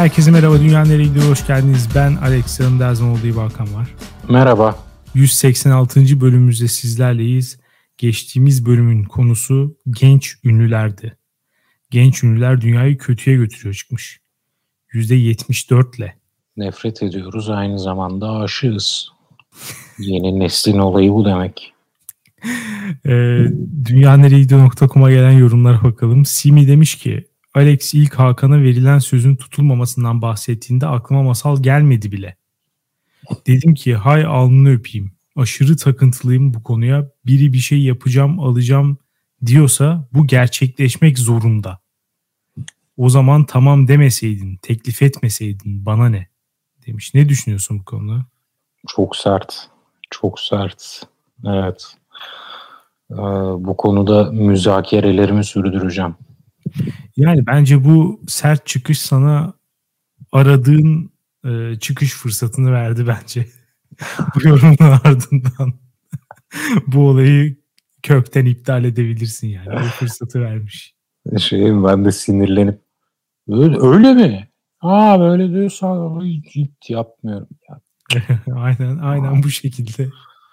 Herkese merhaba, Dünya Nereye Gidiyor? Hoş geldiniz. Ben Alex, yanımda her zaman olduğu gibi Hakan var. Merhaba. 186. bölümümüzde sizlerleyiz. Geçtiğimiz bölümün konusu genç ünlülerdi. Genç ünlüler dünyayı kötüye götürüyor çıkmış. %74'le. Nefret ediyoruz, aynı zamanda aşığız. Yeni neslin olayı bu demek. Dünyanereyegidiyor.com'a gelen yorumlara bakalım. Simi demiş ki, Alex ilk Hakan'a verilen sözün tutulmamasından bahsettiğinde aklıma masal gelmedi bile. Dedim ki hay alnını öpeyim. Aşırı takıntılıyım bu konuya. Biri bir şey yapacağım, alacağım diyorsa bu gerçekleşmek zorunda. O zaman tamam demeseydin, teklif etmeseydin bana ne? Demiş. Ne düşünüyorsun bu konuda? Çok sert. Çok sert. Evet. Bu konuda müzakerelerimi sürdüreceğim. Yani bence bu sert çıkış sana aradığın çıkış fırsatını verdi bence. Bu yorumun ardından bu olayı kökten iptal edebilirsin yani. O fırsatı vermiş. Ben de sinirlenip öyle mi? Böyle diyorsan hiç yapmıyorum. aynen bu şekilde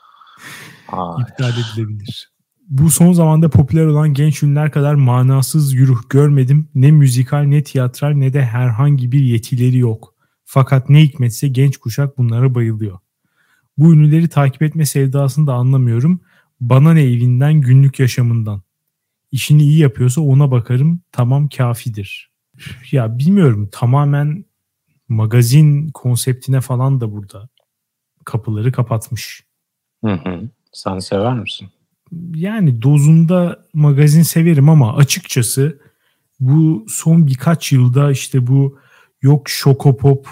iptal edilebilir. Bu son zamanda popüler olan genç ünlüler kadar manasız güruh görmedim. Ne müzikal, ne tiyatral, ne de herhangi bir yetileri yok. Fakat ne hikmetse genç kuşak bunlara bayılıyor. Bu ünlüleri takip etme sevdasını da anlamıyorum. Bana ne evinden, günlük yaşamından. İşini iyi yapıyorsa ona bakarım, tamam kafidir. Ya bilmiyorum, tamamen magazin konseptine falan da burada kapıları kapatmış. Sen sever misin? Yani dozunda magazin severim ama açıkçası bu son birkaç yılda işte bu yok Şokopop,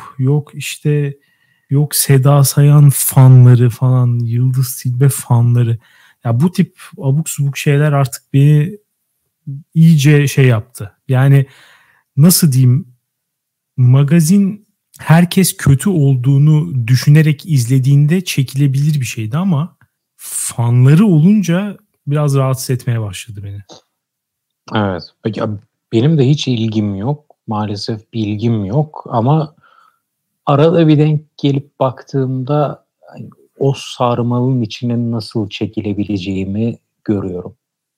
yok Seda Sayan fanları falan, Yıldız Tilbe fanları. Ya bu tip abuk subuk şeyler artık beni iyice şey yaptı. Yani nasıl diyeyim, magazin herkes kötü olduğunu düşünerek izlediğinde çekilebilir bir şeydi ama fanları olunca biraz rahatsız etmeye başladı beni. Evet. Ya, benim de hiç ilgim yok. Maalesef bilgim yok ama arada bir denk gelip baktığımda o sarmalın içine nasıl çekilebileceğimi görüyorum.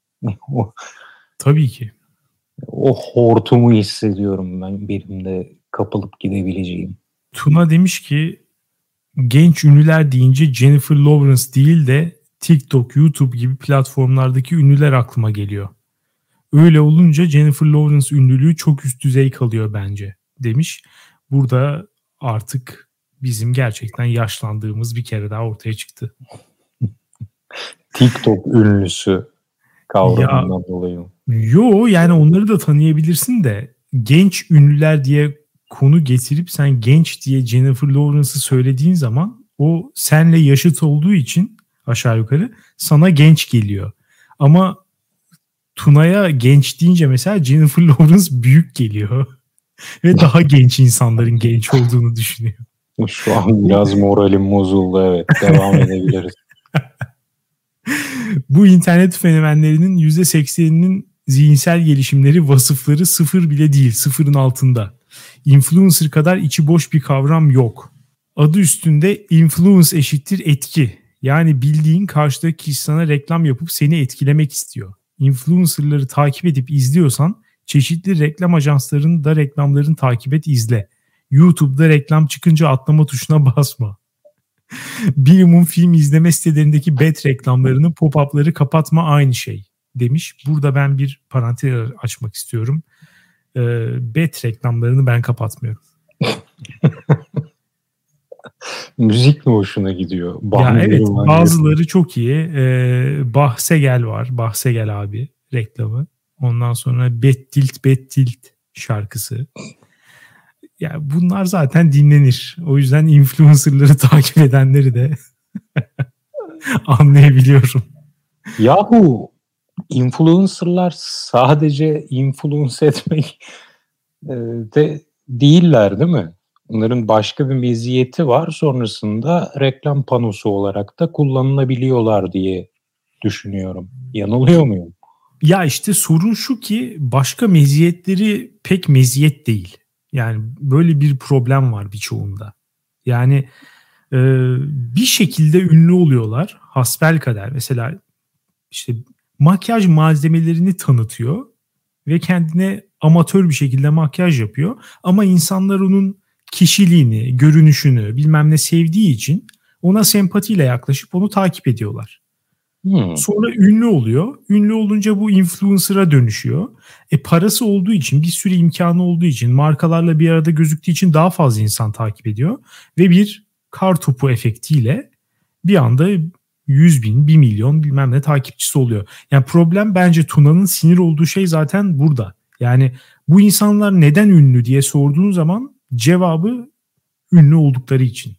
Tabii ki. O hortumu hissediyorum ben, benim de kapılıp gidebileceğim. Tuna demiş ki genç ünlüler deyince Jennifer Lawrence değil de TikTok, YouTube gibi platformlardaki ünlüler aklıma geliyor. Öyle olunca Jennifer Lawrence ünlülüğü çok üst düzey kalıyor bence demiş. Burada artık bizim gerçekten yaşlandığımız bir kere daha ortaya çıktı. TikTok ünlüsü kavramından dolayı. Yo, yani onları da tanıyabilirsin de genç ünlüler diye konu getirip sen genç diye Jennifer Lawrence'ı söylediğin zaman o senle yaşıt olduğu için aşağı yukarı sana genç geliyor. Ama Tuna'ya genç deyince mesela Jennifer Lawrence büyük geliyor. Ve daha genç insanların genç olduğunu düşünüyor. Şu an biraz moralim bozuldu, evet. Devam edebiliriz. Bu internet fenomenlerinin %80'inin zihinsel gelişimleri, vasıfları sıfır bile değil, sıfırın altında. Influencer kadar içi boş bir kavram yok. Adı üstünde influence eşittir etki. Yani bildiğin karşıdaki kişi sana reklam yapıp seni etkilemek istiyor. Influencerları takip edip izliyorsan çeşitli reklam ajanslarının da reklamlarını takip et, izle. YouTube'da reklam çıkınca atlama tuşuna basma. Bilimum film izleme sitelerindeki bet reklamlarını, pop-up'ları kapatma, aynı şey demiş. Burada ben bir parantez açmak istiyorum. Bet reklamlarını ben kapatmıyorum. Müzik mi hoşuna gidiyor? Ya evet, bazıları çok iyi. Bahsegel var. Bahsegel abi reklamı. Ondan sonra Bet Tilt şarkısı. Ya bunlar zaten dinlenir. O yüzden influencerları takip edenleri de anlayabiliyorum. Yahu influencerlar sadece influence etmek de değiller, değil mi? Onların başka bir meziyeti var. Sonrasında reklam panosu olarak da kullanılabiliyorlar diye düşünüyorum. Yanılıyor muyum? Ya işte sorun şu ki başka meziyetleri pek meziyet değil. Yani böyle bir problem var birçoğunda. Yani bir şekilde ünlü oluyorlar. Hasbelkader mesela işte makyaj malzemelerini tanıtıyor ve kendine amatör bir şekilde makyaj yapıyor. Ama insanlar onun kişiliğini, görünüşünü bilmem ne sevdiği için ona sempatiyle yaklaşıp onu takip ediyorlar. Sonra ünlü oluyor. Ünlü olunca bu influencer'a dönüşüyor. Parası olduğu için, bir sürü imkanı olduğu için, markalarla bir arada gözüktüğü için daha fazla insan takip ediyor. Ve bir kar topu efektiyle bir anda 100 bin, 1 milyon bilmem ne takipçisi oluyor. Yani problem bence Tuna'nın sinir olduğu şey zaten burada. Yani bu insanlar neden ünlü diye sorduğun zaman cevabı ünlü oldukları için.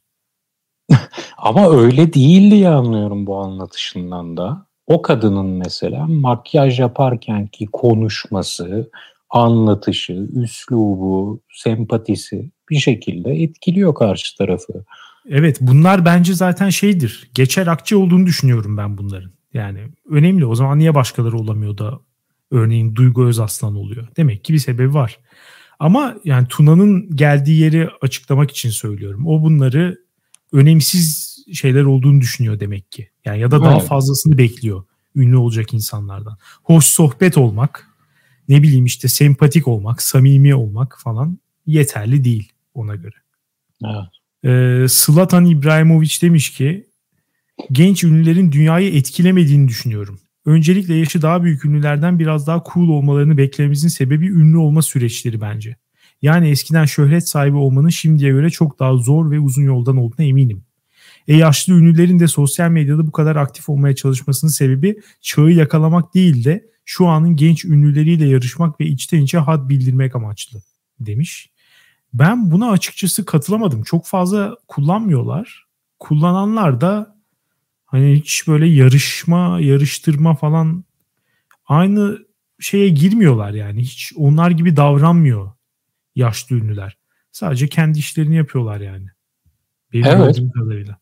Ama öyle değil diye anlıyorum bu anlatışından da. O kadının mesela makyaj yaparkenki konuşması, anlatışı, üslubu, sempatisi bir şekilde etkiliyor karşı tarafı. Evet, bunlar bence zaten şeydir. Geçer akçe olduğunu düşünüyorum ben bunların. Yani önemli. O zaman niye başkaları olamıyor da örneğin Duygu Özaslan oluyor? Demek ki bir sebebi var. Ama yani Tuna'nın geldiği yeri açıklamak için söylüyorum. O bunları önemsiz şeyler olduğunu düşünüyor demek ki. Yani ya da daha fazlasını bekliyor ünlü olacak insanlardan. Hoş sohbet olmak, ne bileyim işte sempatik olmak, samimi olmak falan yeterli değil ona göre. Evet. Zlatan İbrahimović demiş ki genç ünlülerin dünyayı etkilemediğini düşünüyorum. Öncelikle yaşı daha büyük ünlülerden biraz daha cool olmalarını beklememizin sebebi ünlü olma süreçleri bence. Yani eskiden şöhret sahibi olmanın şimdiye göre çok daha zor ve uzun yoldan olduğuna eminim. Yaşlı ünlülerin de sosyal medyada bu kadar aktif olmaya çalışmasının sebebi çağı yakalamak değil de şu anın genç ünlüleriyle yarışmak ve içten içe had bildirmek amaçlı demiş. Ben buna açıkçası katılamadım. Çok fazla kullanmıyorlar. Kullananlar da hani hiç böyle yarıştırma falan aynı şeye girmiyorlar yani. Hiç onlar gibi davranmıyor yaşlı ünlüler. Sadece kendi işlerini yapıyorlar yani. Benim gördüğüm kadarıyla.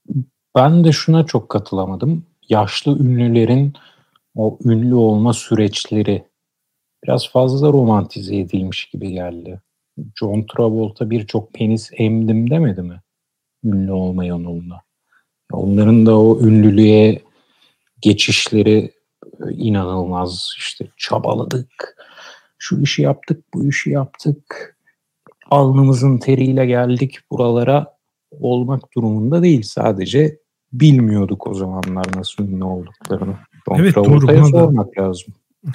Ben de şuna çok katılamadım. Yaşlı ünlülerin o ünlü olma süreçleri biraz fazla romantize edilmiş gibi geldi. John Travolta birçok penis emdim demedi mi? Ünlü olma yolunda. Onların da o ünlülüğe geçişleri inanılmaz, işte çabaladık, şu işi yaptık, bu işi yaptık, alnımızın teriyle geldik buralara olmak durumunda değil. Sadece bilmiyorduk o zamanlar nasıl ünlü olduklarını. Evet, doğru, Travolta'ya sormak lazım.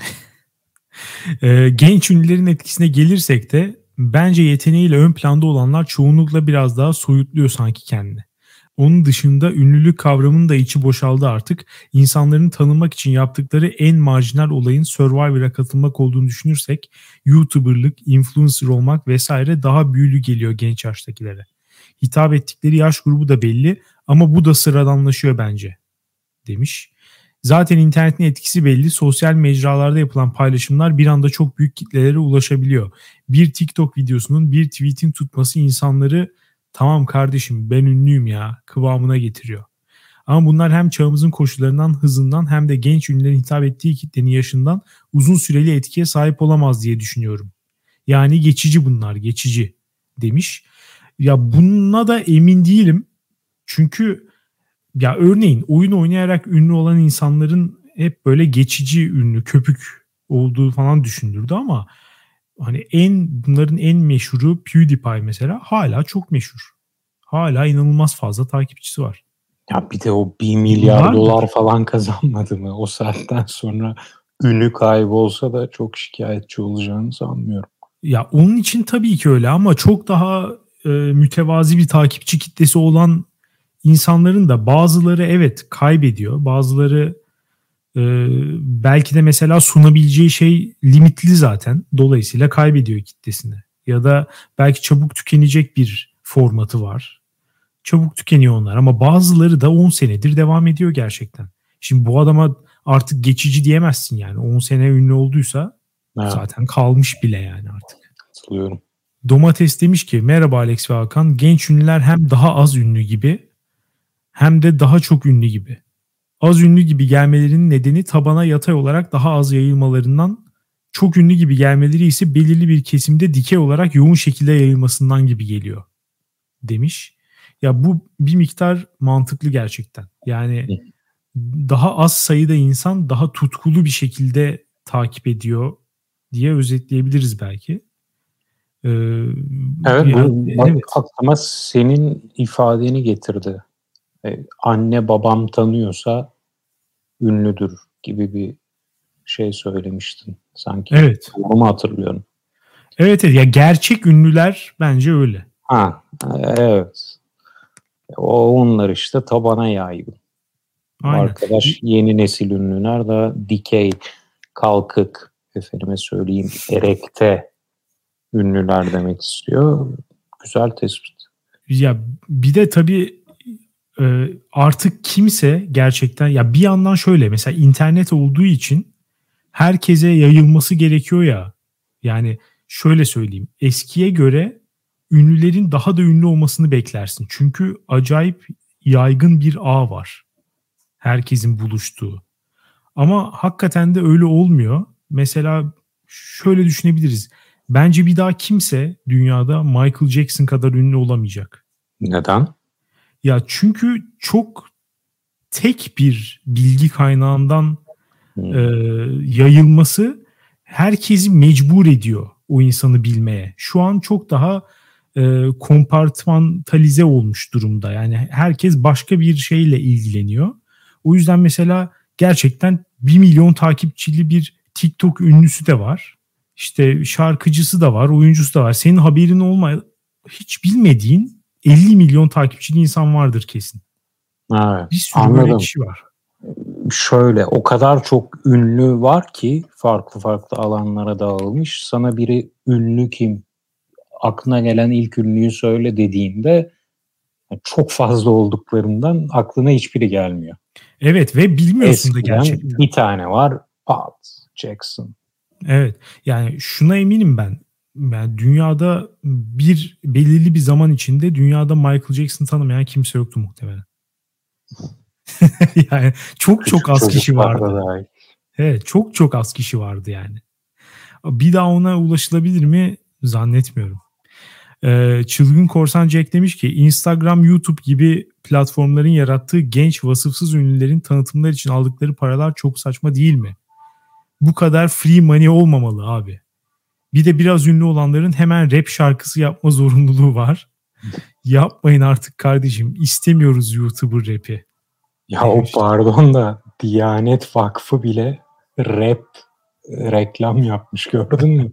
Genç ünlülerin etkisine gelirsek de bence yeteneğiyle ön planda olanlar çoğunlukla biraz daha soyutluyor sanki kendini. Onun dışında ünlülük kavramının da içi boşaldı artık. İnsanların tanınmak için yaptıkları en marjinal olayın Survivor'a katılmak olduğunu düşünürsek YouTuber'lık, influencer olmak vesaire daha büyülü geliyor genç yaştakilere. Hitap ettikleri yaş grubu da belli ama bu da sıradanlaşıyor bence demiş. Zaten internetin etkisi belli. Sosyal mecralarda yapılan paylaşımlar bir anda çok büyük kitlelere ulaşabiliyor. Bir TikTok videosunun bir tweet'in tutması insanları tamam kardeşim ben ünlüyüm ya kıvamına getiriyor. Ama bunlar hem çağımızın koşullarından, hızından hem de genç ünlülerin hitap ettiği kitlenin yaşından uzun süreli etkiye sahip olamaz diye düşünüyorum. Yani geçici bunlar, geçici demiş. Ya buna da emin değilim. Çünkü ya örneğin oyun oynayarak ünlü olan insanların hep böyle geçici ünlü, köpük olduğu falan düşünülürdü ama hani bunların en meşhuru PewDiePie mesela hala çok meşhur. Hala inanılmaz fazla takipçisi var. Ya bir de o 1 milyar dolar falan kazanmadı mı? O saatten sonra ünü kaybolsa da çok şikayetçi olacağını sanmıyorum. Ya onun için tabii ki öyle ama çok daha mütevazi bir takipçi kitlesi olan insanların da bazıları evet kaybediyor. Bazıları belki de mesela sunabileceği şey limitli zaten. Dolayısıyla kaybediyor kitlesini. Ya da belki çabuk tükenecek bir formatı var. Çabuk tükeniyor onlar ama bazıları da 10 senedir devam ediyor gerçekten. Şimdi bu adama artık geçici diyemezsin yani. 10 sene ünlü olduysa zaten kalmış bile yani artık. Hatırlıyorum. Domates demiş ki merhaba Alex ve Hakan. Genç ünlüler hem daha az ünlü gibi hem de daha çok ünlü gibi. Az ünlü gibi gelmelerinin nedeni tabana yatay olarak daha az yayılmalarından çok ünlü gibi gelmeleri ise belirli bir kesimde dikey olarak yoğun şekilde yayılmasından gibi geliyor demiş. Ya bu bir miktar mantıklı gerçekten. Yani daha az sayıda insan daha tutkulu bir şekilde takip ediyor diye özetleyebiliriz belki. Evet, evet. aklıma senin ifadeni getirdi. Anne babam tanıyorsa ünlüdür gibi bir şey söylemiştin sanki. Evet. Onu hatırlıyorum. Evet. Ya gerçek ünlüler bence öyle. Evet. Onlar işte tabana yaygın. Aynen. Arkadaş yeni nesil ünlüler da dikey, kalkık, efendime söyleyeyim erekte ünlüler demek istiyor. Güzel tespit. Ya bir de tabii artık kimse gerçekten, ya bir yandan şöyle, mesela internet olduğu için herkese yayılması gerekiyor ya. Yani şöyle söyleyeyim, eskiye göre ünlülerin daha da ünlü olmasını beklersin. Çünkü acayip yaygın bir ağ var. Herkesin buluştuğu. Ama hakikaten de öyle olmuyor. Mesela şöyle düşünebiliriz. Bence bir daha kimse dünyada Michael Jackson kadar ünlü olamayacak. Neden? Ya çünkü çok tek bir bilgi kaynağından yayılması herkesi mecbur ediyor o insanı bilmeye. Şu an çok daha kompartmantalize olmuş durumda. Yani herkes başka bir şeyle ilgileniyor. O yüzden mesela gerçekten 1 milyon takipçili bir TikTok ünlüsü de var. İşte şarkıcısı da var, oyuncusu da var. Senin haberin hiç bilmediğin 50 milyon takipçili insan vardır kesin. Evet, bir sürü böyle kişi var. Şöyle, o kadar çok ünlü var ki farklı farklı alanlara dağılmış. Sana biri ünlü kim, aklına gelen ilk ünlüyü söyle dediğinde çok fazla olduklarından aklına hiçbiri gelmiyor. Evet ve bilmiyorsun da eskiden gerçekten. Bir tane var, Jackson. Evet, yani şuna eminim ben. Yani dünyada belirli bir zaman içinde dünyada Michael Jackson tanımayan kimse yoktu muhtemelen. Yani çok az kişi vardı. Evet, çok az kişi vardı yani. Bir daha ona ulaşılabilir mi? Zannetmiyorum. Çılgın Korsan Jack demiş ki Instagram, YouTube gibi platformların yarattığı genç vasıfsız ünlülerin tanıtımlar için aldıkları paralar çok saçma değil mi? Bu kadar free money olmamalı abi. Bir de biraz ünlü olanların hemen rap şarkısı yapma zorunluluğu var. Yapmayın artık kardeşim. İstemiyoruz YouTuber rap'i. Ya demiş. Pardon da Diyanet Vakfı bile rap reklam yapmış, gördün mü?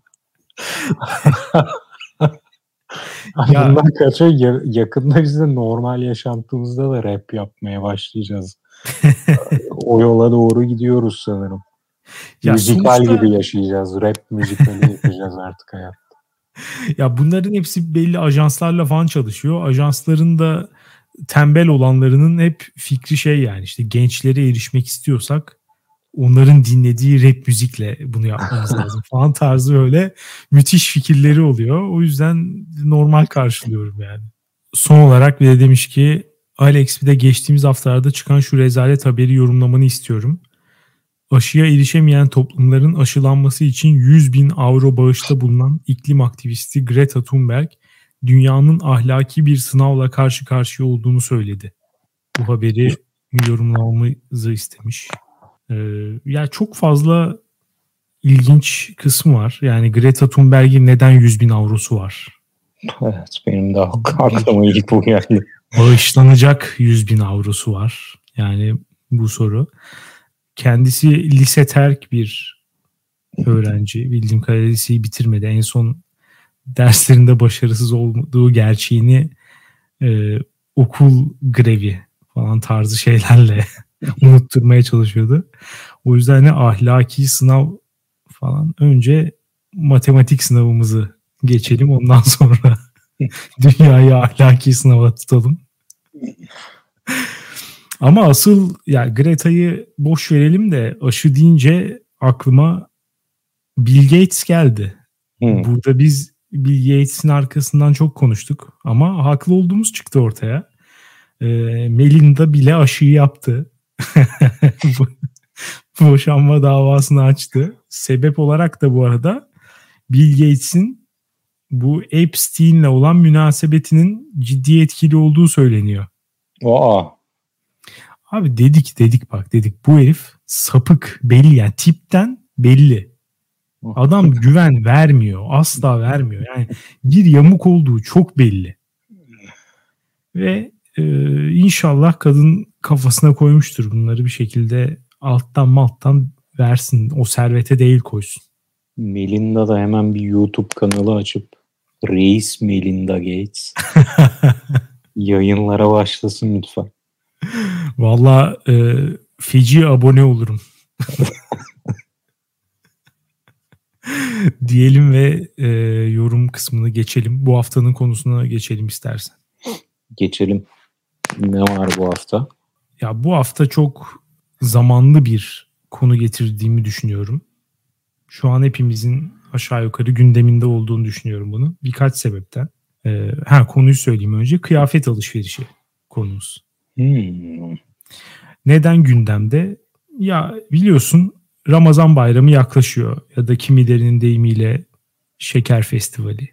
Bundan kaçıyor. Yakında biz de normal yaşantımızda da rap yapmaya başlayacağız. O yola doğru gidiyoruz sanırım. Müzikal gibi yaşayacağız. Rap müzikali yapacağız artık hayatta. Ya bunların hepsi belli ajanslarla falan çalışıyor. Ajansların da tembel olanlarının hep fikri yani işte gençlere erişmek istiyorsak onların dinlediği rap müzikle bunu yapmamız lazım falan tarzı öyle müthiş fikirleri oluyor. O yüzden normal karşılıyorum yani. Son olarak bir de demiş ki Alex, bir de geçtiğimiz haftalarda çıkan şu rezalet haberi yorumlamanı istiyorum. Aşıya erişemeyen toplumların aşılanması için 100.000 euro bağışta bulunan iklim aktivisti Greta Thunberg dünyanın ahlaki bir sınavla karşı karşıya olduğunu söyledi. Bu haberi yorumlamamızı istemiş. Ya çok fazla ilginç kısmı var. Yani Greta Thunberg'in neden 100.000 eurosu var? Evet, benim de aklıma ilk bu geldi. Bağışlanacak 100.000 eurosu var. Yani bu soru. Kendisi lise terk bir öğrenci. Bildiğim kadarıyla liseyi bitirmedi. En son derslerinde başarısız olduğu gerçeğini okul grevi falan tarzı şeylerle unutturmaya çalışıyordu. O yüzden ahlaki sınav falan, önce matematik sınavımızı geçelim, ondan sonra dünyayı ahlaki sınava tutalım. Ama asıl Greta'yı boş verelim de aşı deyince aklıma Bill Gates geldi. Burada biz Bill Gates'in arkasından çok konuştuk ama haklı olduğumuz çıktı ortaya. Melinda bile aşıyı yaptı. boşanma davasını açtı. Sebep olarak da bu arada Bill Gates'in bu Epstein'le olan münasebetinin ciddi etkili olduğu söyleniyor. Aa. Abi dedik bu herif sapık, belli yani, tipten belli. Adam güven vermiyor, asla vermiyor. Yani bir yamuk olduğu çok belli. Ve inşallah kadın kafasına koymuştur bunları, bir şekilde alttan versin, o servete değil koysun. Melinda da hemen bir YouTube kanalı açıp Reis Melinda Gates yayınlara başlasın lütfen. Vallahi feci abone olurum. Diyelim ve yorum kısmını geçelim. Bu haftanın konusuna geçelim istersen. Geçelim. Ne var bu hafta? Ya bu hafta çok zamanlı bir konu getirdiğimi düşünüyorum. Şu an hepimizin aşağı yukarı gündeminde olduğunu düşünüyorum bunu. Birkaç sebepten. Konuyu söyleyeyim önce. Kıyafet alışverişi konumuz. Neden gündemde? Ya biliyorsun Ramazan bayramı yaklaşıyor. Ya da kimilerinin deyimiyle Şeker Festivali.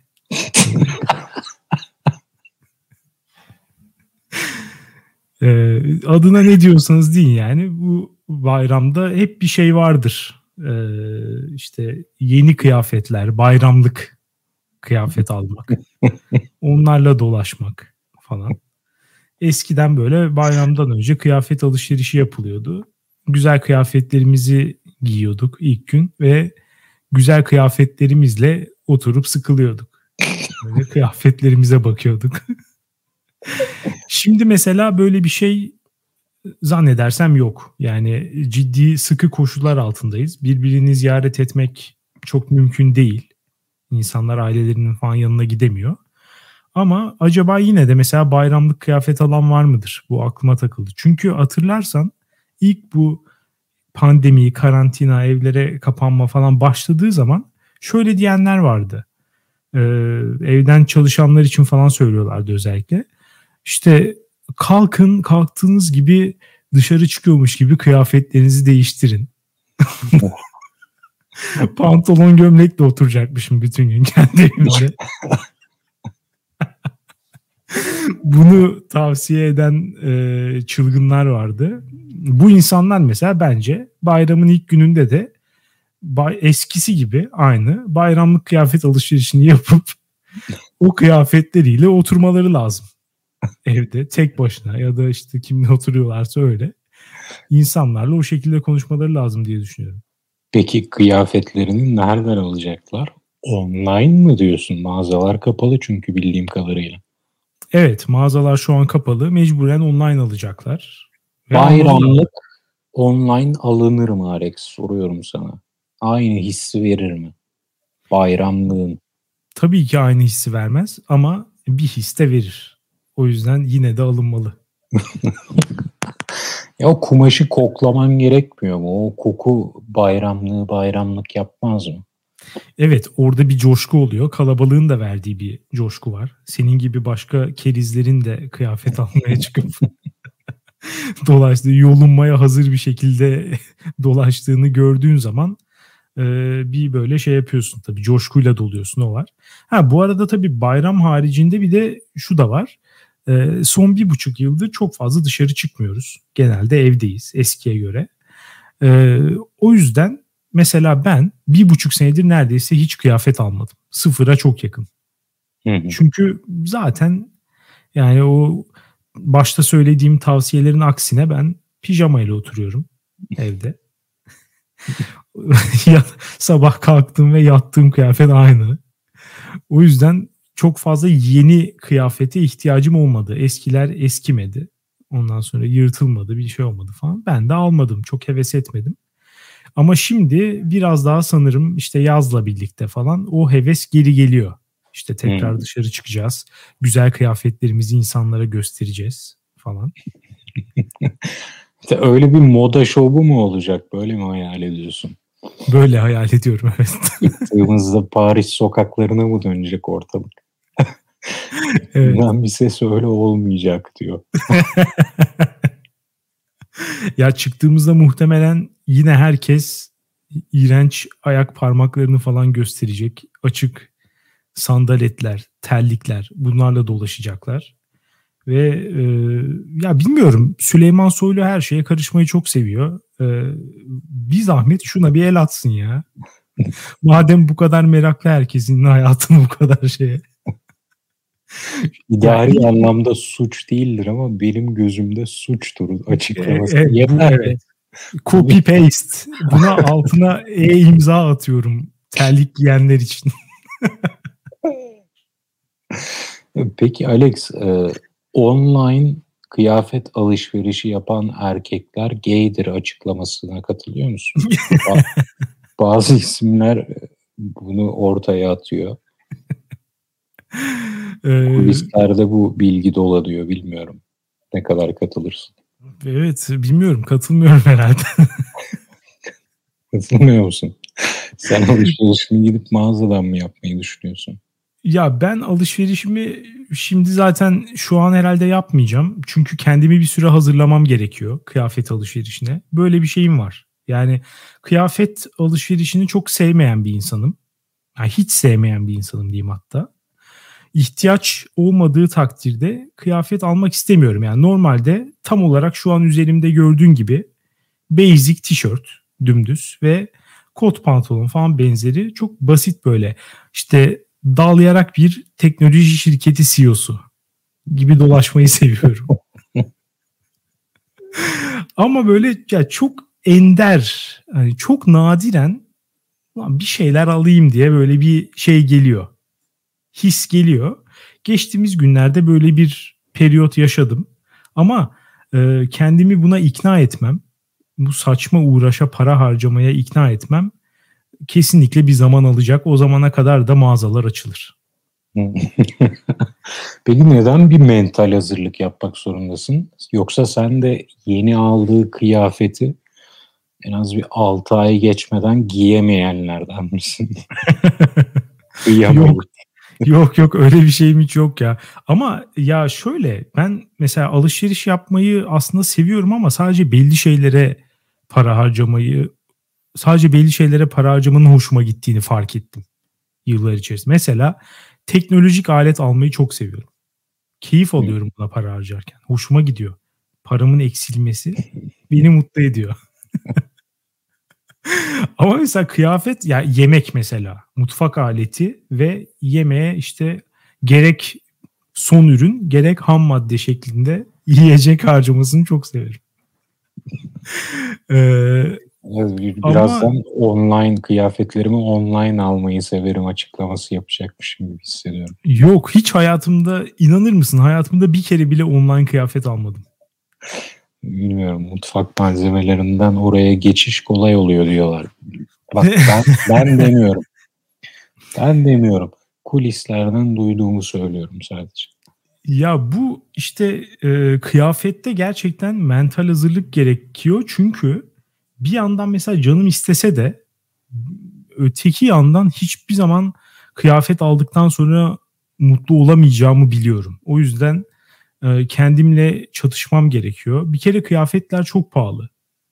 Adına ne diyorsanız deyin yani. Bu bayramda hep bir şey vardır. İşte yeni kıyafetler, bayramlık kıyafet almak. Onlarla dolaşmak falan. Eskiden böyle bayramdan önce kıyafet alışverişi yapılıyordu. Güzel kıyafetlerimizi giyiyorduk ilk gün ve güzel kıyafetlerimizle oturup sıkılıyorduk. Böyle kıyafetlerimize bakıyorduk. Şimdi mesela böyle bir şey zannedersem yok. Yani ciddi sıkı koşullar altındayız. Birbirini ziyaret etmek çok mümkün değil. İnsanlar ailelerinin falan yanına gidemiyor. Ama acaba yine de mesela bayramlık kıyafet alan var mıdır? Bu aklıma takıldı. Çünkü hatırlarsan ilk bu pandemi, karantina, evlere kapanma falan başladığı zaman şöyle diyenler vardı. Evden çalışanlar için falan söylüyorlardı özellikle. İşte kalktığınız gibi dışarı çıkıyormuş gibi kıyafetlerinizi değiştirin. Pantolon gömlekle oturacakmışım bütün gün kendi evimde. Bunu tavsiye eden çılgınlar vardı. Bu insanlar mesela bence bayramın ilk gününde de eskisi gibi aynı bayramlık kıyafet alışverişini yapıp o kıyafetleriyle oturmaları lazım. Evde tek başına ya da işte kimle oturuyorlarsa öyle. İnsanlarla o şekilde konuşmaları lazım diye düşünüyorum. Peki kıyafetlerini nereden alacaklar? Online mı diyorsun? Mağazalar kapalı çünkü bildiğim kadarıyla. Evet, mağazalar şu an kapalı. Mecburen online alacaklar. Bayramlık online alınır mı Alex? Soruyorum sana. Aynı hissi verir mi? Bayramlığın. Tabii ki aynı hissi vermez ama bir his de verir. O yüzden yine de alınmalı. Ya o kumaşı koklaman gerekmiyor mu? O koku bayramlık yapmaz mı? Evet, orada bir coşku oluyor. Kalabalığın da verdiği bir coşku var. Senin gibi başka kerizlerin de kıyafet almaya çıkıp dolaştığı, yolunmaya hazır bir şekilde dolaştığını gördüğün zaman bir böyle şey yapıyorsun tabii. Coşkuyla doluyorsun, o var. Bu arada tabii bayram haricinde bir de şu da var. Son 1,5 yıldır çok fazla dışarı çıkmıyoruz. Genelde evdeyiz eskiye göre. O yüzden mesela ben 1,5 senedir neredeyse hiç kıyafet almadım. Sıfıra çok yakın. Çünkü zaten yani o başta söylediğim tavsiyelerin aksine ben pijamayla oturuyorum evde. Sabah kalktım ve yattığım kıyafet aynı. O yüzden çok fazla yeni kıyafete ihtiyacım olmadı. Eskiler eskimedi. Ondan sonra yırtılmadı, bir şey olmadı falan. Ben de almadım. Çok heves etmedim. Ama şimdi biraz daha sanırım işte yazla birlikte falan o heves geri geliyor. İşte tekrar dışarı çıkacağız. Güzel kıyafetlerimizi insanlara göstereceğiz falan. Öyle bir moda şovu mu olacak? Böyle mi hayal ediyorsun? Böyle hayal ediyorum, evet. Çıktığımızda Paris sokaklarına mı dönecek ortalık? Evet. Bir ses öyle olmayacak diyor. Ya çıktığımızda muhtemelen yine herkes iğrenç ayak parmaklarını falan gösterecek. Açık sandaletler, terlikler, bunlarla dolaşacaklar. Ve ya bilmiyorum, Süleyman Soylu her şeye karışmayı çok seviyor. Bir zahmet şuna bir el atsın ya. Madem bu kadar meraklı herkesin hayatını bu kadar şeye. İdari anlamda suç değildir ama benim gözümde suçtur açıklaması. Bu evet. Copy paste. Buna altına imza atıyorum terlik giyenler için. Peki Alex, online kıyafet alışverişi yapan erkekler gaydir açıklamasına katılıyor musun? Bazı isimler bunu ortaya atıyor. Kulislerde bu bilgi dolanıyor, bilmiyorum. Ne kadar katılırsın? Evet, bilmiyorum, katılmıyorum herhalde. Katılmıyor musun? Sen alışverişini gidip mağazadan mı yapmayı düşünüyorsun? Ya ben alışverişimi şimdi zaten şu an herhalde yapmayacağım. Çünkü kendimi bir süre hazırlamam gerekiyor kıyafet alışverişine. Böyle bir şeyim var. Yani kıyafet alışverişini çok sevmeyen bir insanım. Yani hiç sevmeyen bir insanım diyeyim hatta. İhtiyaç olmadığı takdirde kıyafet almak istemiyorum. Yani normalde tam olarak şu an üzerimde gördüğün gibi basic tişört dümdüz ve kot pantolon falan benzeri çok basit böyle işte dağlayarak bir teknoloji şirketi CEO'su gibi dolaşmayı seviyorum. Ama böyle ya çok ender, hani çok nadiren bir şeyler alayım diye böyle bir şey geliyor. His geliyor. Geçtiğimiz günlerde böyle bir periyot yaşadım. Ama kendimi buna ikna etmem, bu saçma uğraşa para harcamaya ikna etmem kesinlikle bir zaman alacak. O zamana kadar da mağazalar açılır. Peki neden bir mental hazırlık yapmak zorundasın? Yoksa sen de yeni aldığı kıyafeti en az bir 6 ay geçmeden giyemeyenlerden misin? Yok öyle bir şeyim hiç yok ya. Ama ya şöyle, ben mesela alışveriş yapmayı aslında seviyorum ama sadece belli şeylere para harcamayı, sadece belli şeylere para harcamanın hoşuma gittiğini fark ettim yıllar içerisinde. Mesela teknolojik alet almayı çok seviyorum. Keyif alıyorum buna para harcarken. Hoşuma gidiyor. Paramın eksilmesi beni mutlu ediyor. Ama mesela kıyafet, ya yemek mesela, mutfak aleti ve yemeğe işte gerek son ürün gerek ham madde şeklinde yiyecek harcamasını çok severim. Birazdan Ama online kıyafetlerimi online almayı severim açıklaması yapacakmışım gibi hissediyorum. yok, hiç hayatımda, inanır mısın, hayatımda bir kere bile online kıyafet almadım. Bilmiyorum, mutfak malzemelerinden oraya geçiş kolay oluyor diyorlar. Bak ben demiyorum. Ben demiyorum. Kulislerden duyduğumu söylüyorum sadece. Ya bu işte kıyafette gerçekten mental hazırlık gerekiyor. Çünkü bir yandan mesela canım istese de öteki yandan hiçbir zaman kıyafet aldıktan sonra mutlu olamayacağımı biliyorum. O yüzden kendimle çatışmam gerekiyor. Bir kere kıyafetler çok pahalı.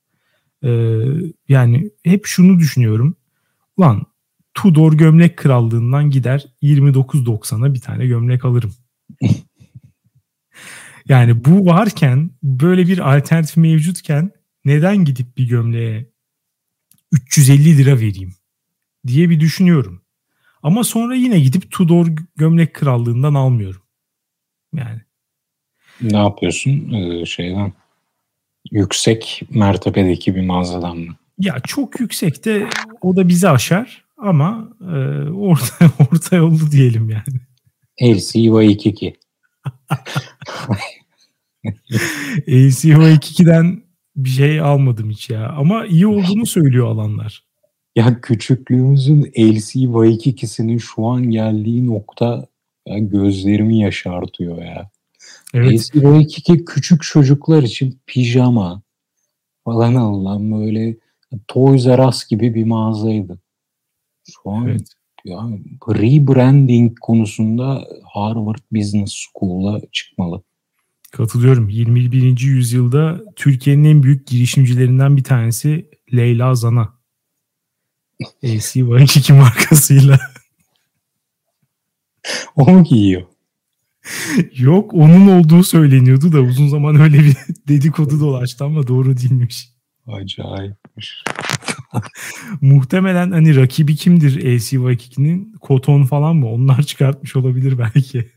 Yani hep şunu düşünüyorum. Ulan Tudor Gömlek Krallığından gider 29.90'a bir tane gömlek alırım. Yani bu varken, böyle bir alternatif mevcutken neden gidip bir gömleğe 350 lira vereyim diye bir düşünüyorum. Ama sonra yine gidip Tudor Gömlek Krallığından almıyorum. Yani. Ne yapıyorsun şeyden? Yüksek mertebedeki bir mağazadan mı? Ya çok yüksekte o da bizi aşar ama orta yollu diyelim yani. LC-Y22. LC-Y22'den bir şey almadım hiç ya. Ama iyi olduğunu söylüyor alanlar. Ya küçüklüğümüzün LC-Y22'sinin şu an geldiği nokta ya gözlerimi yaşartıyor ya. Evet. LC-Y22 küçük çocuklar için pijama falan alınan böyle Toys R Us gibi bir mağazaydı. Şu an Evet. ya rebranding konusunda Harvard Business School'a çıkmalı. Katılıyorum. 21. yüzyılda Türkiye'nin en büyük girişimcilerinden bir tanesi Leyla Zana. LC-Y2 markasıyla. O mu giyiyor? Yok, onun olduğu söyleniyordu da uzun zaman öyle bir dedikodu dolaştı ama doğru değilmiş. Acayipmiş. Muhtemelen hani rakibi kimdir LC-Y2'nin? Koton falan mı? Onlar çıkartmış olabilir belki.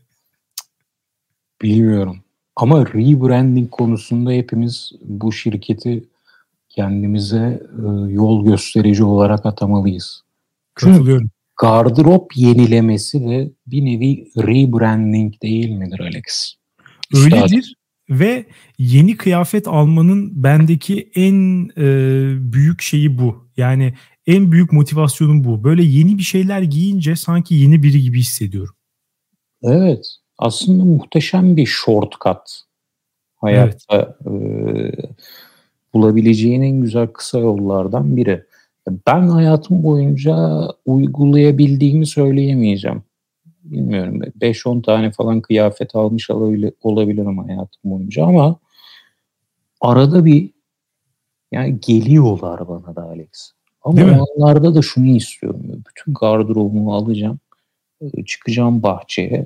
Bilmiyorum. Ama rebranding konusunda hepimiz bu şirketi kendimize yol gösterici olarak atamalıyız. Katılıyorum. Gardırop yenilemesi de bir nevi rebranding değil midir Alex? Öyledir ve yeni kıyafet almanın bendeki en büyük şeyi bu. Yani en büyük motivasyonum bu. Böyle yeni bir şeyler giyince sanki yeni biri gibi hissediyorum. Evet. Aslında muhteşem bir shortcut. Hayatta bulabileceğin en güzel kısa yollardan biri. Ben hayatım boyunca uygulayabildiğimi söyleyemeyeceğim. Bilmiyorum. 5-10 tane falan kıyafet almış olabilirim hayatım boyunca ama arada bir yani geliyorlar bana da Alex. Ama Değil mi? o anlarda da şunu istiyorum. Bütün gardırobumu alacağım. Çıkacağım bahçeye.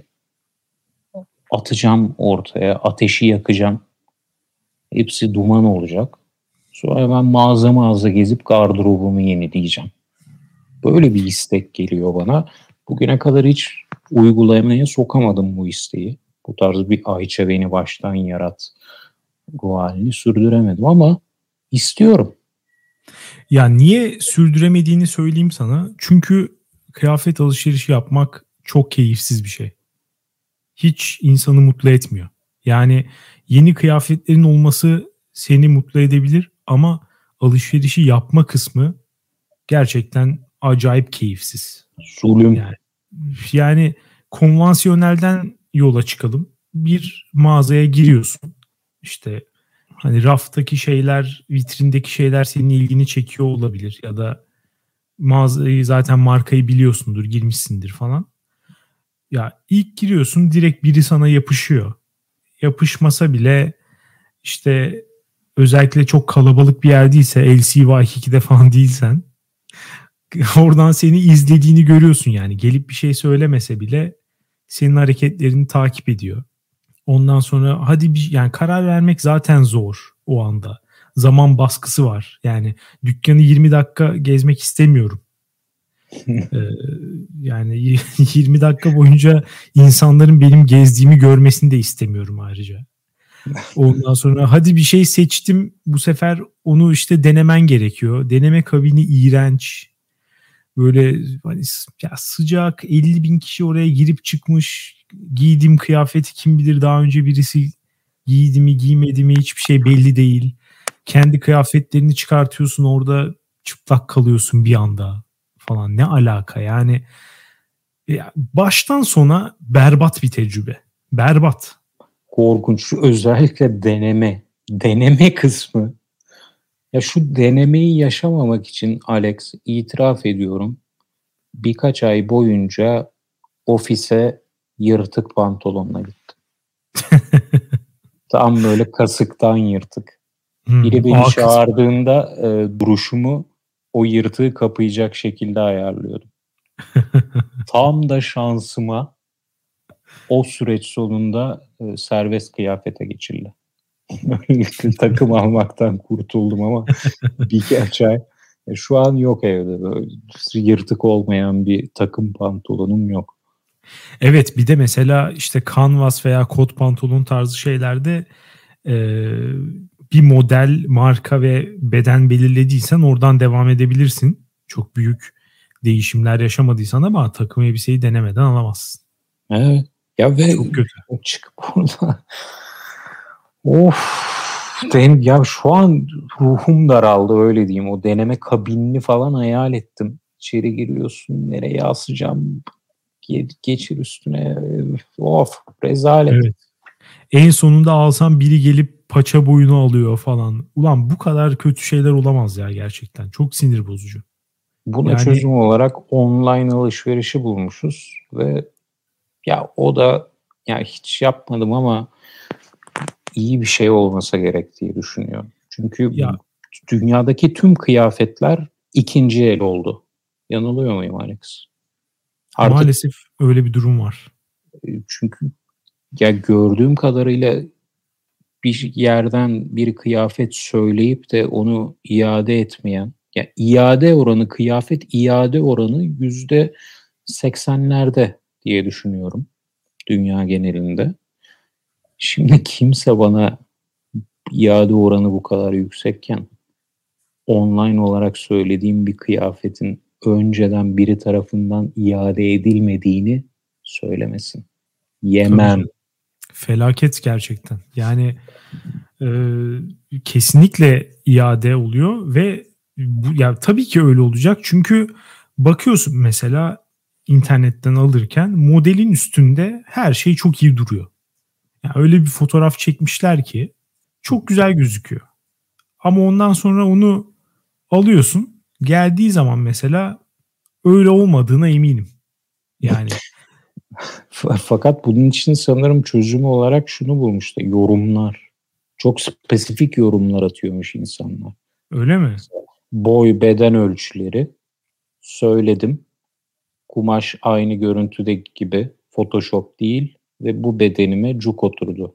Atacağım ortaya. Ateşi yakacağım. Hepsi duman olacak. Sonra ben mağaza mağaza gezip gardırobumu yenileyeceğim. Böyle bir istek geliyor bana. Bugüne kadar hiç uygulamaya sokamadım bu isteği. Bu tarz bir Ayça beni baştan yarat bu halini sürdüremedim ama istiyorum. Ya niye sürdüremediğini söyleyeyim sana. Çünkü kıyafet alışverişi yapmak çok keyifsiz bir şey. Hiç insanı mutlu etmiyor. Yani yeni kıyafetlerin olması seni mutlu edebilir ama alışverişi yapma kısmı gerçekten acayip keyifsiz. Zulüm. Yani konvansiyonelden yola çıkalım. Bir mağazaya giriyorsun. İşte hani raftaki şeyler, vitrindeki şeyler senin ilgini çekiyor olabilir ya da mağazayı zaten markayı biliyorsundur, girmişsindir falan. Ya ilk giriyorsun direkt biri sana yapışıyor. Yapışmasa bile işte özellikle çok kalabalık bir yer değilse LCY2'de falan değilsen oradan seni izlediğini görüyorsun yani. Gelip bir şey söylemese bile senin hareketlerini takip ediyor. Ondan sonra hadi yani karar vermek zaten zor o anda. Zaman baskısı var. Yani dükkanı 20 dakika gezmek istemiyorum. Yani 20 dakika boyunca insanların benim gezdiğimi görmesini de istemiyorum ayrıca. Ondan sonra hadi bir şey seçtim. Bu sefer onu işte denemen gerekiyor. Deneme kabini iğrenç. Böyle hani ya sıcak 50 bin kişi oraya girip çıkmış. Giydiğim kıyafeti kim bilir daha önce birisi giydi mi giymedi mi hiçbir şey belli değil. Kendi kıyafetlerini çıkartıyorsun orada çıplak kalıyorsun bir anda falan. Ne alaka yani ya baştan sona berbat bir tecrübe. Berbat. Korkunç. Özellikle deneme kısmı. Ya şu denemeyi yaşamamak için Alex itiraf ediyorum. Birkaç ay boyunca ofise yırtık pantolonla gittim. Tam böyle kasıktan yırtık. Biri beni çağırdığında duruşumu o yırtığı kapayacak şekilde ayarlıyordum. Tam da şansıma o süreç sonunda serbest kıyafete geçildi. Takım almaktan kurtuldum ama birkaç ay. Şu an yok evde. Böyle yırtık olmayan bir takım pantolonum yok. Evet bir de mesela işte kanvas veya kot pantolon tarzı şeylerde bir model, marka ve beden belirlediysen oradan devam edebilirsin. Çok büyük değişimler yaşamadıysan ama takım elbiseyi denemeden alamazsın. Evet. Ya ve çok kötü. Çıkıp burada ya şu an ruhum daraldı öyle diyeyim. O deneme kabinini falan hayal ettim. İçeri giriyorsun, nereye asacağım? Geçir üstüne. Rezalet. Evet. En sonunda alsam biri gelip paça boyunu alıyor falan. Ulan bu kadar kötü şeyler olamaz ya gerçekten. Çok sinir bozucu. Buna çözüm olarak online alışverişi bulmuşuz ve ya o da ya hiç yapmadım ama iyi bir şey olmasa gerek diye düşünüyorum. Çünkü dünyadaki tüm kıyafetler ikinci el oldu. Yanılıyor muyum Alex? Artık, maalesef öyle bir durum var. Çünkü ya gördüğüm kadarıyla bir yerden bir kıyafet söyleyip de onu iade etmeyen, ya iade oranı, kıyafet iade oranı %80'lerde diye düşünüyorum dünya genelinde. Şimdi kimse bana iade oranı bu kadar yüksekken online olarak söylediğim bir kıyafetin önceden biri tarafından iade edilmediğini söylemesin. Yemem. Felaket gerçekten. Yani kesinlikle iade oluyor ve ya tabii ki öyle olacak. Çünkü bakıyorsun mesela internetten alırken modelin üstünde her şey çok iyi duruyor. Yani öyle bir fotoğraf çekmişler ki çok güzel gözüküyor. Ama ondan sonra onu alıyorsun. Geldiği zaman mesela öyle olmadığına eminim. Yani fakat bunun için sanırım çözümü olarak şunu bulmuşlar. Yorumlar. Çok spesifik yorumlar atıyormuş insanlar. Öyle mi? Boy, beden ölçüleri söyledim. Kumaş aynı görüntüde gibi. Photoshop değil ve bu bedenime cuk oturdu.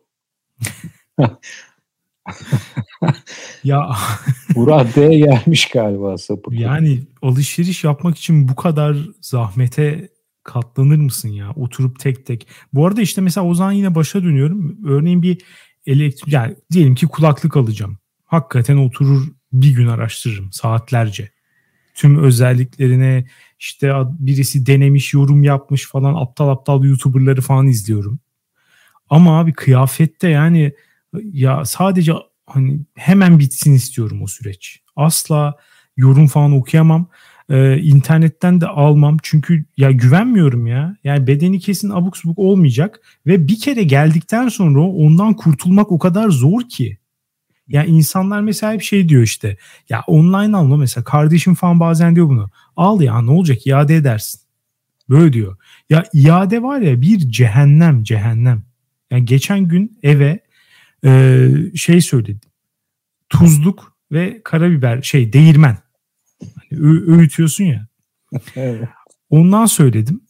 Ya bu raddeye gelmiş galiba sapık. Yani alışveriş yapmak için bu kadar zahmete katlanır mısın ya? Oturup tek tek. Bu arada işte mesela o zaman yine başa dönüyorum. Örneğin bir yani diyelim ki kulaklık alacağım. Hakikaten oturur bir gün araştırırım saatlerce. Tüm özelliklerine işte birisi denemiş, yorum yapmış falan, aptal aptal YouTuber'ları falan izliyorum. Ama abi kıyafette yani ya sadece hani hemen bitsin istiyorum o süreç. Asla yorum falan okuyamam. İnternetten de almam. Çünkü ya güvenmiyorum ya. Yani bedeni kesin abuk subuk olmayacak. Ve bir kere geldikten sonra ondan kurtulmak o kadar zor ki. Ya insanlar mesela bir şey diyor işte. Ya online alma mesela. Kardeşim falan bazen diyor bunu. Al ya ne olacak iade edersin. Böyle diyor. Ya iade var ya bir cehennem. Yani geçen gün eve şey söyledim. Tuzluk ve karabiber değirmen. Hani öğütüyorsun ya. Evet. Ondan söyledim.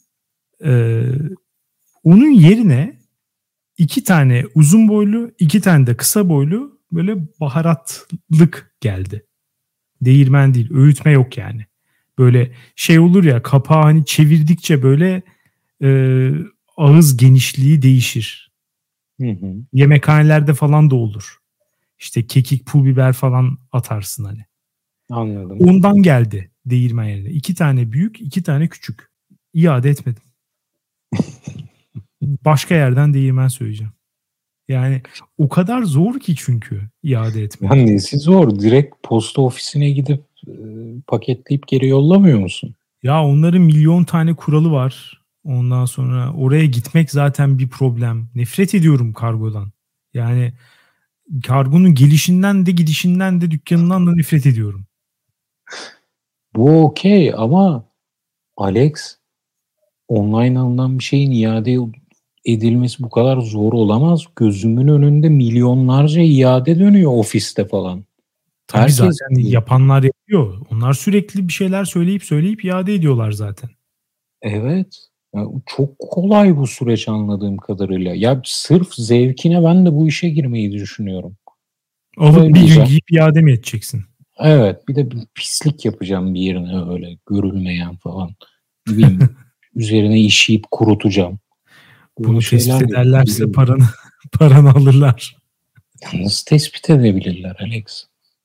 Onun yerine 2 tane uzun boylu, 2 tane de kısa boylu böyle baharatlık geldi. Değirmen değil, öğütme yok yani. Böyle şey olur ya, kapağı hani çevirdikçe böyle ağız genişliği değişir. Hı. Yemekhanelerde falan da olur. İşte kekik, pul biber falan atarsın hani. Anladım. Ondan geldi değirmen yerine. 2 tane büyük, 2 tane küçük. İade etmedim. Başka yerden değirmen söyleyeceğim. Yani o kadar zor ki çünkü iade etmek. Yani nesi zor? Direkt posta ofisine gidip paketleyip geri yollamıyor musun? Ya onların milyon tane kuralı var. Ondan sonra oraya gitmek zaten bir problem. Nefret ediyorum kargodan. Yani kargonun gelişinden de gidişinden de dükkanından da nefret ediyorum. Bu okey ama Alex, online alınan bir şeyin iade edilmesi bu kadar zor olamaz. Gözümün önünde milyonlarca iade dönüyor ofiste falan. Tabii Herkes zaten yapanlar yapıyor. Onlar sürekli bir şeyler söyleyip iade ediyorlar zaten. Evet. Ya çok kolay bu süreç anladığım kadarıyla. Ya sırf zevkine ben de bu işe girmeyi düşünüyorum. Alıp bir gün giyip iade mi edeceksin? Evet. Bir de bir pislik yapacağım bir yerine öyle görülmeyen falan. Ne bileyim üzerine işeyip kurutacağım. Bunu tespit ederlerse paranı alırlar. Nasıl tespit edebilirler Alex?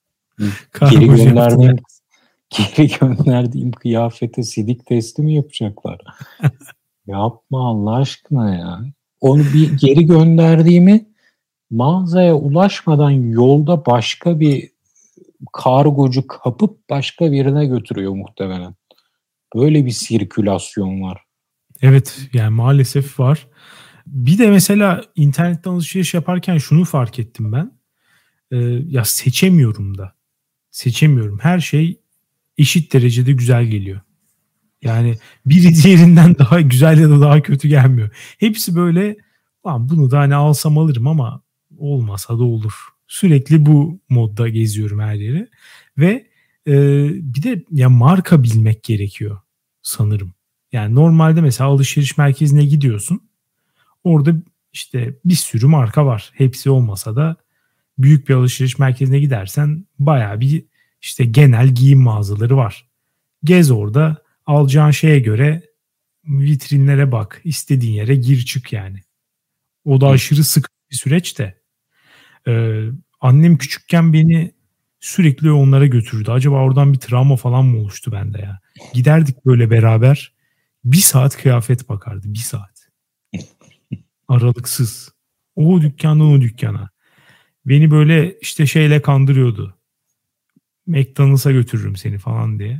Geri gönderdiğim kıyafete sidik testi mi yapacaklar? Yapma Allah aşkına ya. Onu bir geri gönderdiğimi mağazaya ulaşmadan yolda başka bir kargocu kapıp başka birine götürüyor muhtemelen. Böyle bir sirkülasyon var. Evet yani maalesef var. Bir de mesela internetten alışveriş yaparken şunu fark ettim ben. Ya seçemiyorum da. Seçemiyorum. Her şey eşit derecede güzel geliyor. Yani biri diğerinden daha güzel ya da daha kötü gelmiyor. Hepsi böyle bunu da hani alsam alırım ama olmasa da olur. Sürekli bu modda geziyorum her yere. Ve bir de ya marka bilmek gerekiyor sanırım. Yani normalde mesela alışveriş merkezine gidiyorsun. Orada işte bir sürü marka var. Hepsi olmasa da büyük bir alışveriş merkezine gidersen bayağı bir işte genel giyim mağazaları var. Gez orada, alacağın şeye göre vitrinlere bak, istediğin yere gir çık yani. O da aşırı sıkı bir süreç de. Annem küçükken beni sürekli onlara götürdü. Acaba oradan bir travma falan mı oluştu bende ya? Giderdik böyle beraber. 1 saat kıyafet bakardı. 1 saat. Aralıksız. O dükkandan o dükkana. Beni böyle işte şeyle kandırıyordu. McDonald's'a götürürüm seni falan diye.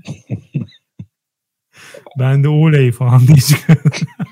Ben de oley falan diye çıkıyordum.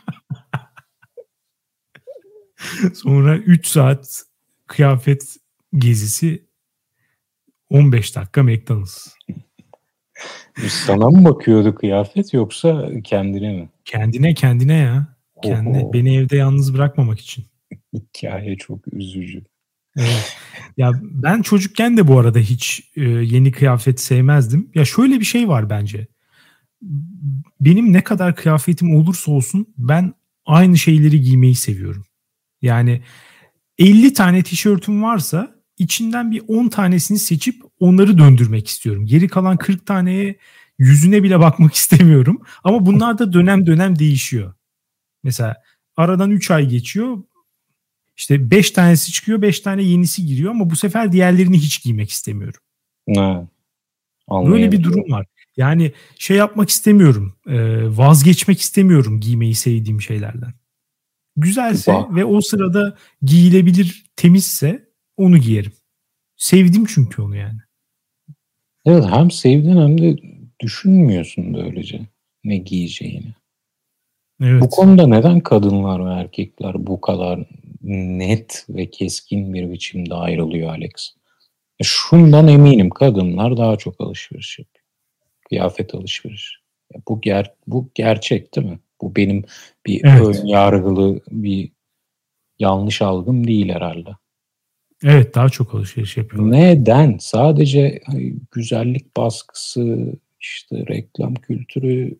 Sonra 3 saat kıyafet gezisi, 15 dakika McDonald's. Sana mı bakıyordu kıyafet yoksa kendine mi? Kendine ya. Kendine. Oho. Beni evde yalnız bırakmamak için. Hikaye çok üzücü. Evet. Ya ben çocukken de bu arada hiç yeni kıyafet sevmezdim. Ya şöyle bir şey var bence. Benim ne kadar kıyafetim olursa olsun ben aynı şeyleri giymeyi seviyorum. Yani 50 tane tişörtüm varsa içinden bir 10 tanesini seçip onları döndürmek istiyorum. Geri kalan 40 taneye yüzüne bile bakmak istemiyorum. Ama bunlar da dönem dönem değişiyor. Mesela aradan 3 ay geçiyor. İşte 5 tanesi çıkıyor, 5 tane yenisi giriyor ama bu sefer diğerlerini hiç giymek istemiyorum. Ha, Böyle bir durum var. Yani şey yapmak istemiyorum, vazgeçmek istemiyorum giymeyi sevdiğim şeylerden. Güzelse ve o sırada giyilebilir, temizse onu giyerim. Sevdim çünkü onu yani. Evet, hem sevdin hem de düşünmüyorsun da öylece ne giyeceğini. Evet. Bu konuda neden kadınlar ve erkekler bu kadar net ve keskin bir biçimde ayrılıyor Alex? Şundan eminim, kadınlar daha çok alışveriş yapıyor. Kıyafet alışveriş. Bu gerçek değil mi? Bu benim bir ön yargılı bir yanlış algım değil herhalde. Evet, daha çok alışveriş yapıyorlar. Neden? Sadece güzellik baskısı, işte reklam kültürü,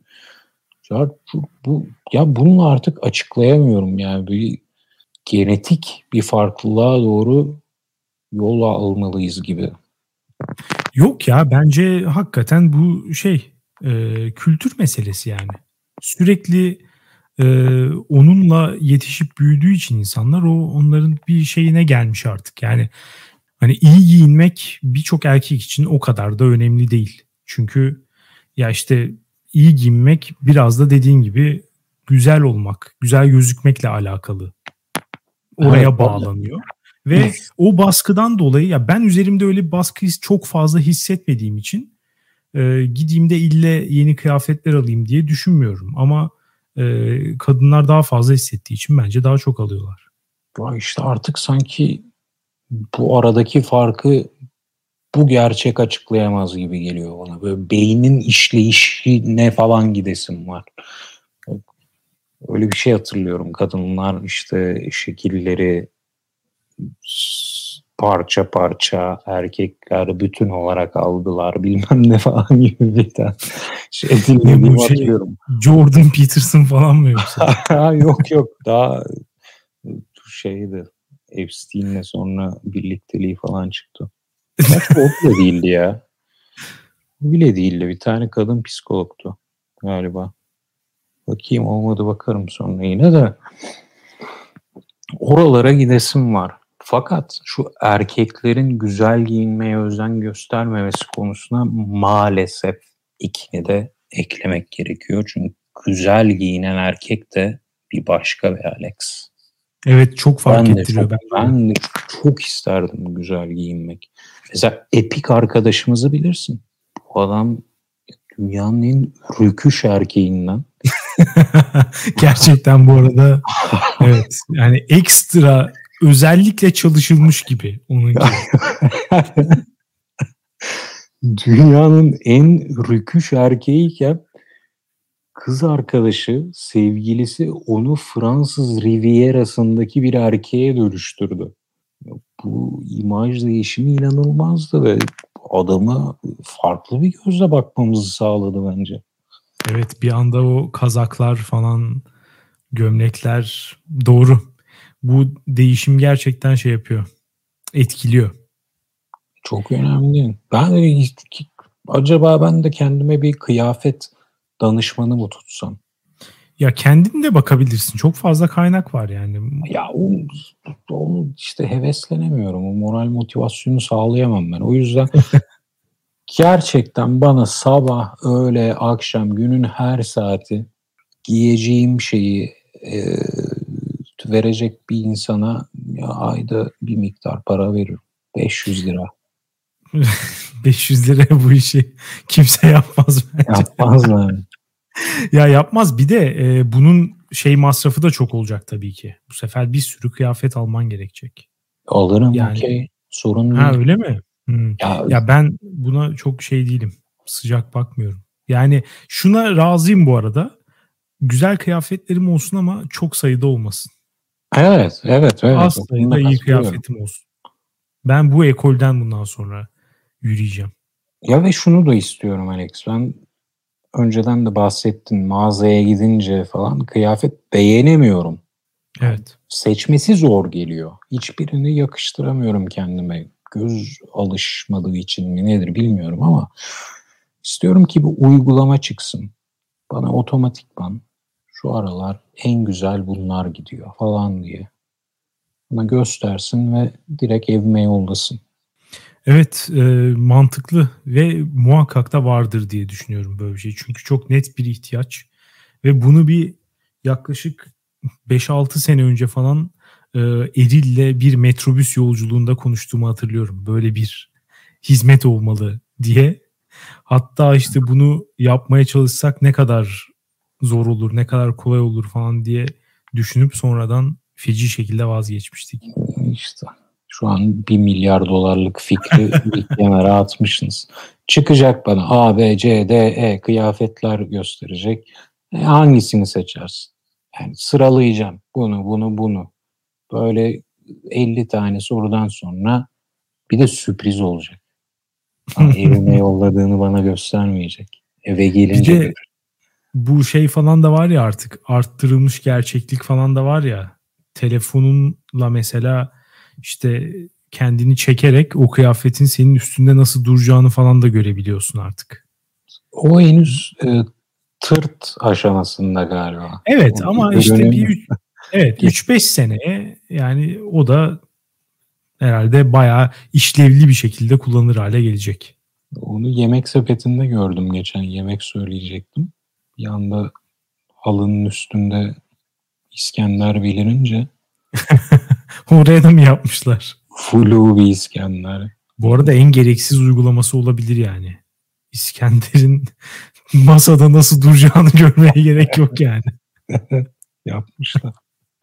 bunu artık açıklayamıyorum yani. Bir genetik bir farklılığa doğru yol almalıyız gibi. Yok ya, bence hakikaten bu kültür meselesi yani. Sürekli onunla yetişip büyüdüğü için insanlar onların bir şeyine gelmiş artık. Yani hani iyi giyinmek birçok erkek için o kadar da önemli değil. Çünkü ya işte iyi giyinmek biraz da dediğin gibi güzel olmak, güzel gözükmekle alakalı. Oraya bağlanıyor. Ve o baskıdan dolayı ya ben üzerimde öyle bir baskı çok fazla hissetmediğim için gideyim de ille yeni kıyafetler alayım diye düşünmüyorum. Ama kadınlar daha fazla hissettiği için bence daha çok alıyorlar. İşte artık sanki bu aradaki farkı bu gerçek açıklayamaz gibi geliyor bana. Böyle beynin işleyişine falan gidesim var. Öyle bir şey hatırlıyorum. Kadınlar işte şekilleri parça parça, erkekler bütün olarak algılar bilmem ne falan gibi bir tane şey dinlediğimi hatırlıyorum. Jordan Peterson falan mı yoksa? Yok daha şeydi, Epstein'le sonra birlikteliği falan çıktı. O bile değildi ya. O bile değildi. Bir tane kadın psikologtu galiba. Bakayım, olmadı bakarım sonra yine de. Oralara gidesim var. Fakat şu erkeklerin güzel giyinmeye özen göstermemesi konusuna maalesef ikini de eklemek gerekiyor. Çünkü güzel giyinen erkek de bir başka be Alex. Evet, çok fark ettiriyor. Ben de çok isterdim güzel giyinmek. Mesela Epik arkadaşımızı bilirsin. Bu adam dünyanın en rüküş erkeğinden. Gerçekten bu arada evet, yani ekstra özellikle çalışılmış gibi onunki. Dünyanın en rüküş erkeğiyken kız arkadaşı, sevgilisi onu Fransız Riviera'sındaki bir erkeğe dönüştürdü. Bu imaj değişimi inanılmazdı ve adama farklı bir gözle bakmamızı sağladı bence. Evet, bir anda o kazaklar falan, gömlekler, doğru. Bu değişim gerçekten şey yapıyor. Etkiliyor. Çok önemli. Acaba ben de kendime bir kıyafet danışmanı mı tutsam? Ya kendin de bakabilirsin. Çok fazla kaynak var yani. Ya onu işte heveslenemiyorum. O moral motivasyonu sağlayamam ben. O yüzden gerçekten bana sabah, öğle, akşam, günün her saati giyeceğim şeyi verecek bir insana ya ayda bir miktar para veririm. 500 lira. 500 liraya bu işi kimse yapmaz bence. Yapmazlar. Ya yapmaz. Bir de bunun masrafı da çok olacak tabii ki. Bu sefer bir sürü kıyafet alman gerekecek. Alırım, Yani, okey. Sorun ha değil. öyle mi? Ya ben buna çok şey değilim. Sıcak bakmıyorum. Yani şuna razıyım bu arada. Güzel kıyafetlerim olsun ama çok sayıda olmasın. Evet. Az sayıda Bunda iyi katılıyorum. kıyafetim olsun. Ben bu ekolden bundan sonra yürüyeceğim. Ya ve şunu da istiyorum Alex. Ben önceden de bahsettin, mağazaya gidince falan kıyafet beğenemiyorum. Evet. Seçmesi zor geliyor. Hiçbirini yakıştıramıyorum kendime. Göz alışmadığı için mi nedir bilmiyorum ama istiyorum ki bir uygulama çıksın. Bana otomatikman şu aralar en güzel bunlar gidiyor falan diye. Bana göstersin ve direkt evime yollasın. Evet, mantıklı ve muhakkak da vardır diye düşünüyorum böyle bir şey. Çünkü çok net bir ihtiyaç ve bunu bir yaklaşık 5-6 sene önce falan Eril'le bir metrobüs yolculuğunda konuştuğumu hatırlıyorum. Böyle bir hizmet olmalı diye. Hatta işte bunu yapmaya çalışsak ne kadar zor olur, ne kadar kolay olur falan diye düşünüp sonradan feci şekilde vazgeçmiştik. İşte şu an 1 milyar dolarlık fikri bir kenara atmışsınız. Çıkacak bana A, B, C, D, E kıyafetler gösterecek. Hangisini seçersin? Yani sıralayacağım. Bunu. Böyle 50 tane sorudan sonra bir de sürpriz olacak. Evime yolladığını bana göstermeyecek. Eve Bir gelince de bu şey falan da var ya, artık arttırılmış gerçeklik falan da var ya, telefonunla mesela işte kendini çekerek o kıyafetin senin üstünde nasıl duracağını falan da görebiliyorsun artık. o henüz tırt aşamasında galiba. Evet O ama işte görünüm 3-5 seneye yani o da herhalde bayağı işlevli bir şekilde kullanılır hale gelecek. Onu Yemek Sepeti'nde gördüm geçen. Yemek söyleyecektim. Bir anda halının üstünde İskender belirince Oraya da mı yapmışlar? flu bir İskender. Bu arada en gereksiz uygulaması olabilir yani. İskender'in masada nasıl duracağını görmeye gerek yok yani. Yapmışlar.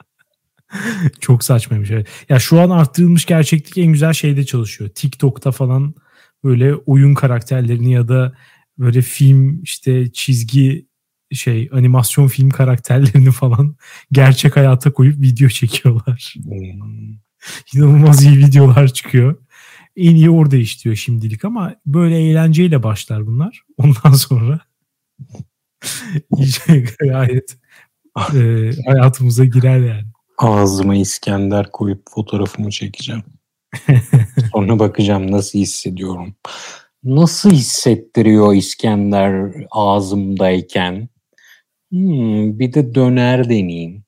Çok saçmaymış. Evet. Ya şu an arttırılmış gerçeklik en güzel şeyde çalışıyor. TikTok'ta falan böyle oyun karakterlerini ya da böyle film işte çizgi animasyon film karakterlerini falan gerçek hayata koyup video çekiyorlar. İnanılmaz iyi videolar çıkıyor. En iyi orada işliyor şimdilik ama böyle eğlenceyle başlar bunlar. Ondan sonra iyice gayet hayatımıza girer yani. Ağzıma İskender koyup fotoğrafımı çekeceğim. Sonra bakacağım nasıl hissediyorum. Nasıl hissettiriyor İskender ağzımdayken? Bir de döner deneyeyim.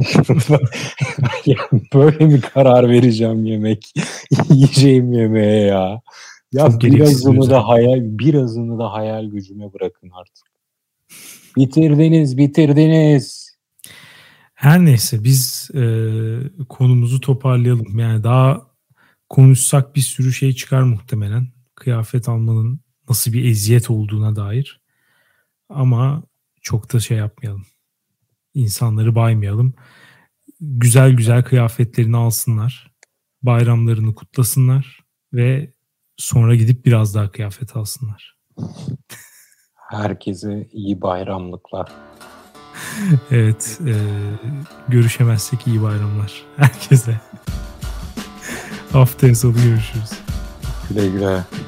Yani böyle bir karar vereceğim yiyeceğim yemeğe ya. Ya Çok gereksiz bir birazını da hayal gücüme bırakın artık. Bitirdiniz. Her neyse biz konumuzu toparlayalım. Yani daha konuşsak bir sürü şey çıkar muhtemelen. Kıyafet almanın nasıl bir eziyet olduğuna dair. Ama çok da şey yapmayalım. İnsanları baymayalım. Güzel güzel kıyafetlerini alsınlar. Bayramlarını kutlasınlar. Ve sonra gidip biraz daha kıyafet alsınlar. Herkese iyi bayramlıklar. Evet. Görüşemezsek iyi bayramlar herkese. Haftaya salı görüşürüz. Güle güle.